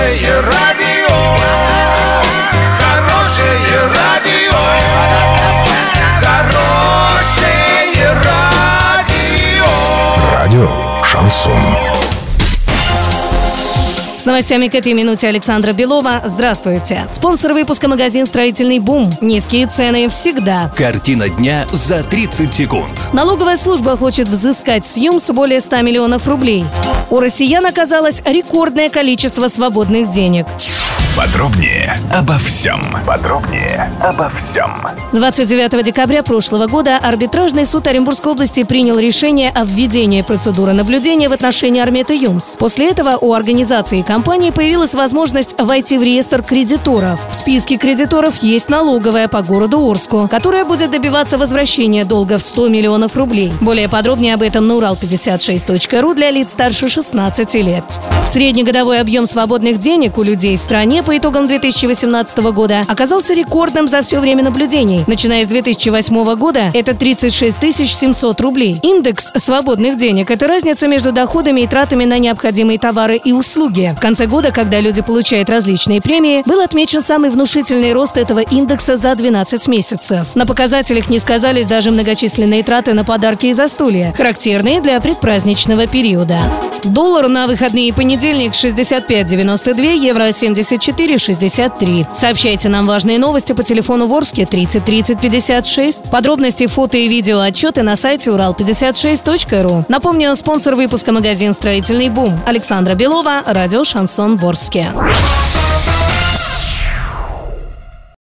Хорошее радио, хорошее радио, хорошее радио. Радио Шансон. С новостями к этой минуте Александра Белова. Здравствуйте. Спонсор выпуска — магазин «Строительный бум». Низкие цены всегда. Картина дня за 30 секунд. Налоговая служба хочет взыскать с ЮМС более 100 миллионов рублей. У россиян оказалось рекордное количество свободных денег. Подробнее обо всем. 29 декабря прошлого года арбитражный суд Оренбургской области принял решение о введении процедуры наблюдения в отношении Армета ЮМС. После этого у организации и компании появилась возможность войти в реестр кредиторов. В списке кредиторов есть налоговая по городу Орску, которая будет добиваться возвращения долга в 100 миллионов рублей. Более подробнее об этом на урал56.ру для лиц старше 16 лет. Среднегодовой объем свободных денег у людей в стране по итогам 2018 года оказался рекордным за все время наблюдений. Начиная с 2008 года это 36 700 рублей. Индекс свободных денег – это разница между доходами и тратами на необходимые товары и услуги. В конце года, когда люди получают различные премии, был отмечен самый внушительный рост этого индекса за 12 месяцев. На показателях не сказались даже многочисленные траты на подарки и застолья, характерные для предпраздничного периода. Доллар на выходные и понедельник 65.92, евро 74.63. Сообщайте нам важные новости по телефону Ворске 30 30 56. Подробности, фото и видео отчеты на сайте урал56.ру. Напомню, спонсор выпуска — магазин «Строительный бум». Александра Белова, радио «Шансон» Ворске.